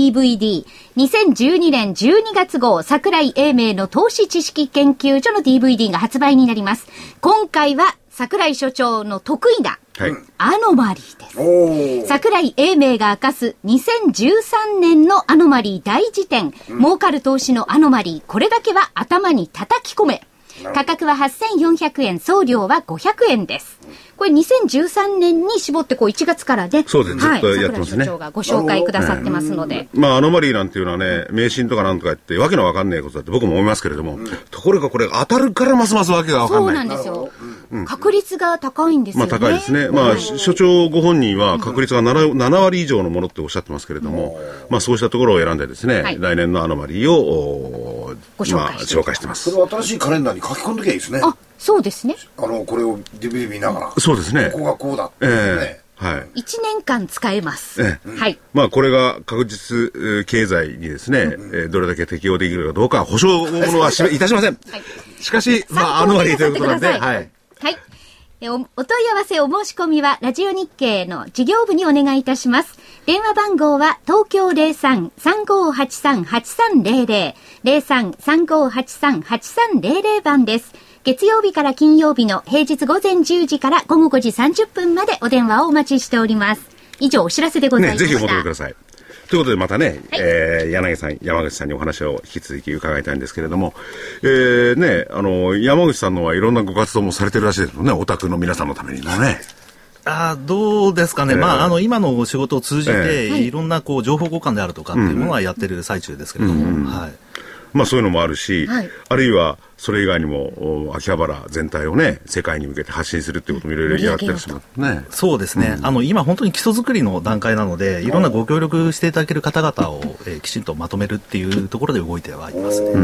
DVD、2012年12月号、桜井英明の投資知識研究所の DVD が発売になります。今回は桜井所長の得意なアノマリーです。桜井英明が明かす2013年のアノマリー大辞典、儲かる投資のアノマリー、これだけは頭に叩き込め。価格は8400円、送料は500円です。これ2013年に絞って1月からね、
そうですね、ずっとやってますね。
桜井所長がご紹介くださってますので。
アノマリーなんていうのはね、迷信とかなんとか言ってわけのわかんないことだって僕も思いますけれども、ところがこれ当たるからますますわけがわかんない。
そうなんですよ。確率が高いんですよね。
高いですね。所長ご本人は確率が 7割以上のものっておっしゃってますけれども、そうしたところを選んでですね、来年のアノマリーをご紹介してます。
それを新しいカレンダーに書き込んできゃいいですね。
そうですね。
これを DVD 見ながら。
そうですね。
ここがこうだってね。
1年間使えます。
これが確実経済にですね、どれだけ適用できるかどうか保証ものはいたしません。しかし、アノマリーということなんで、
お問い合わせお申し込みはラジオ日経の事業部にお願いいたします。電話番号は東京 03-3583-8300 03-3583-8300番です。月曜日から金曜日の平日午前10時から午後5時30分までお電話をお待ちしております。以上お知らせでございました。
ぜひお求めください。ということでまたね、はい、柳さん、山口さんにお話を引き続き伺いたいんですけれども、山口さんのはいろんなご活動もされてるらしいですもんね、オタクの皆さんのためにもね。
どうですかね、今の仕事を通じて、いろんな情報交換であるとかっていうものはやってる最中ですけれども、
そういうのもあるし、あるいはそれ以外にも秋葉原全体をね世界に向けて発信するっていうこともいろいろやってらっしゃるね。
そうですね、今本当に基礎作りの段階なので、いろんなご協力していただける方々を、きちんとまとめるっていうところで動いてはいますね。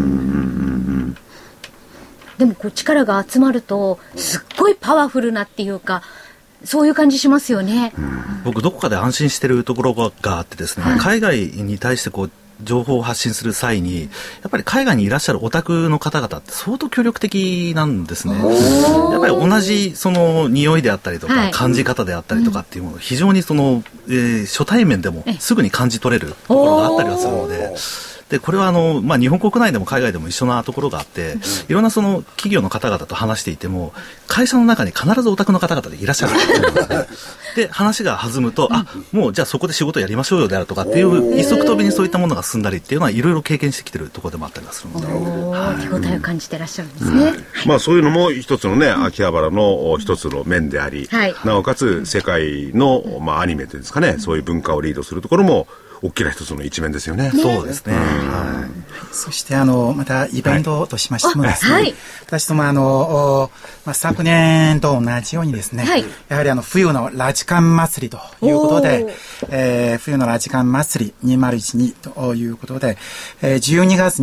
でも力が集まるとすっごいパワフルなっていうか、そういう感じしますよね。
僕どこかで安心してるところがあってですね、海外に対して情報を発信する際にやっぱり海外にいらっしゃるオタクの方々って相当協力的なんですね。やっぱり同じその匂いであったりとか、感じ方であったりとかっていうものを非常に初対面でもすぐに感じ取れるところがあったりはするので、これは日本国内でも海外でも一緒なところがあって、いろんなその企業の方々と話していても会社の中に必ずオタクの方々でいらっしゃるんですね。で話が弾むと、もうじゃあそこで仕事やりましょうよであるとかっていう一足飛びにそういったものが進んだりっていうのはいろいろ経験してきてるところでもあったりはするので、
手応えを感じてらっしゃるんですね。
そういうのも一つのね、秋葉原の一つの面であり、なおかつ世界のアニメというんですかね、そういう文化をリードするところも大きな一つの一面ですよね。
そうですね。
そしてまたイベントとしましてもですね、私ども昨年と同じようにですね、やはり冬のラジカン祭りということで、冬のラジカン祭り2012ということで、12月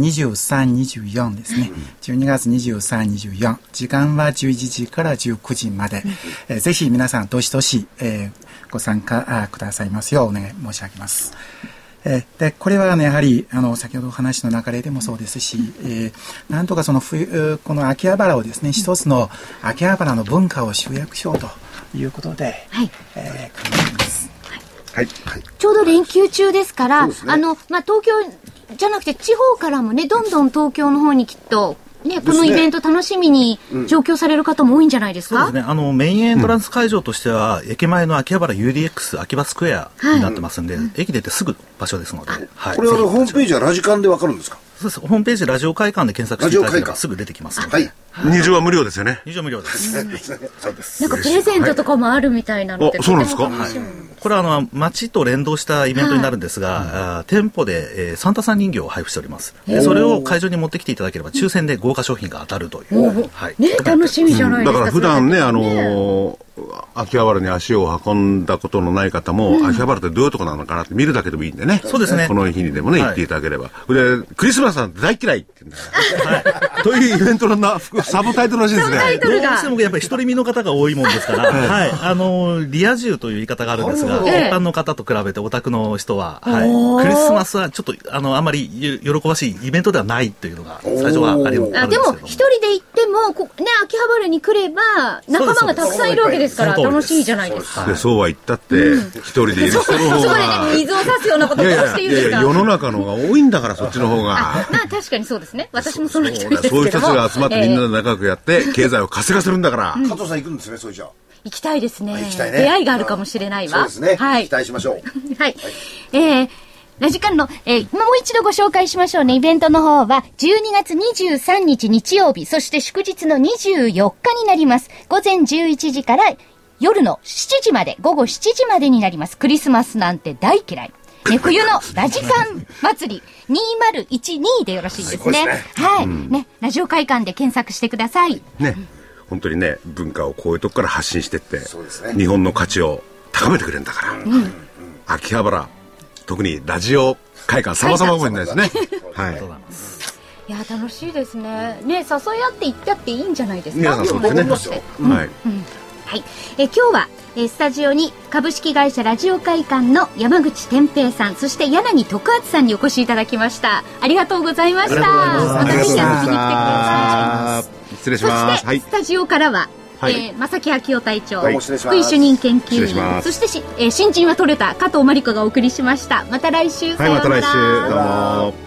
23、24ですね、12月23、24、時間は11時から19時まで、ぜひ皆さんどしどし、ご参加くださいますようお願い申し上げます。でこれはやはり先ほどお話の流れでもそうですし、なんとかこの秋葉原をですね、一つの秋葉原の文化を集約しようということで、考えます。
ちょうど連休中ですから、東京じゃなくて地方からもね、どんどん東京の方にきっとこのイベント楽しみに上京される方も多いんじゃないですか。
そうですね、メインエントランス会場としては、駅前の秋葉原 UDX 秋葉スクエアになってますんで、駅出てすぐ場所ですので、
これはホームページはラジカンでわかるんですか。
そうです。ホームページラジオ会館で検索していただければすぐ出てきますので。
入場は無料ですよね。
入場無料です。
そうです。なんかプレゼントとかもあるみたいなので。
そうなんですか。
これは街と連動したイベントになるんですが、店舗で、サンタさん人形を配布しております。それを会場に持ってきていただければ抽選で豪華商品が当たるという。
楽しみじゃないですか。
だから普段ね、秋葉原に足を運んだことのない方も、秋葉原ってどういうとこなのかなって見るだけでもいいんでね。
そうですね。
この日にでもね、行っていただければ。で、クリスマスなんて大嫌いって言うんだよ。というイベントのサブタイトルらしいですね。
どうしてもやっぱり独り身の方が多いもんですから、リア充という言い方があるんですが、一般の方と比べてオタクの人は、クリスマスはちょっとあんまり喜ばしいイベントではないというのが最初はあるんですけども。
でも一人で行っても秋葉原に来れば仲間がたくさんいるわけですから楽しいじゃないですか。
でそうは言ったって一人でいる人の方が、
そこで水を差すようなことをしているんですか。
世の中の方が多いんだから、そっちの方が。
確かにそうですね。私もその一人ですけど
も、そういう人たちが集まってみんなで仲良くやって経済を活性化するんだから。
加藤さん行くんですね。それじゃ
行きたいですね。出会いがあるかもしれないわ。
そうですね。期待しましょう。
ラジカンの、もう一度ご紹介しましょうね。イベントの方は12月23日日曜日、そして祝日の24日になります。午前11時から夜の7時まで、午後7時までになります。クリスマスなんて大嫌い。冬のラジカン祭り2012でよろしいですね。ラジオ会館で検索してください。
本当にね、文化をこういうとこから発信してって、日本の価値を高めてくれるんだから。秋葉原、特にラジオ会館様々多いんですね。
いや楽しいですね。誘い合って行ったっていいんじゃないですか。
皆さんそうですね。
今日はスタジオに株式会社ラジオ会館の山口天平さん、そして柳徳厚さんにお越しいただきました。ありがとうございました。またぜひ遊びに来てください。
失礼します。
そしてスタジオからは正木昭夫隊長、
はい、
福井主任研究員、そして新人は取れた加藤真理子がお送りしました。また来週、
はい、また来週、どうも。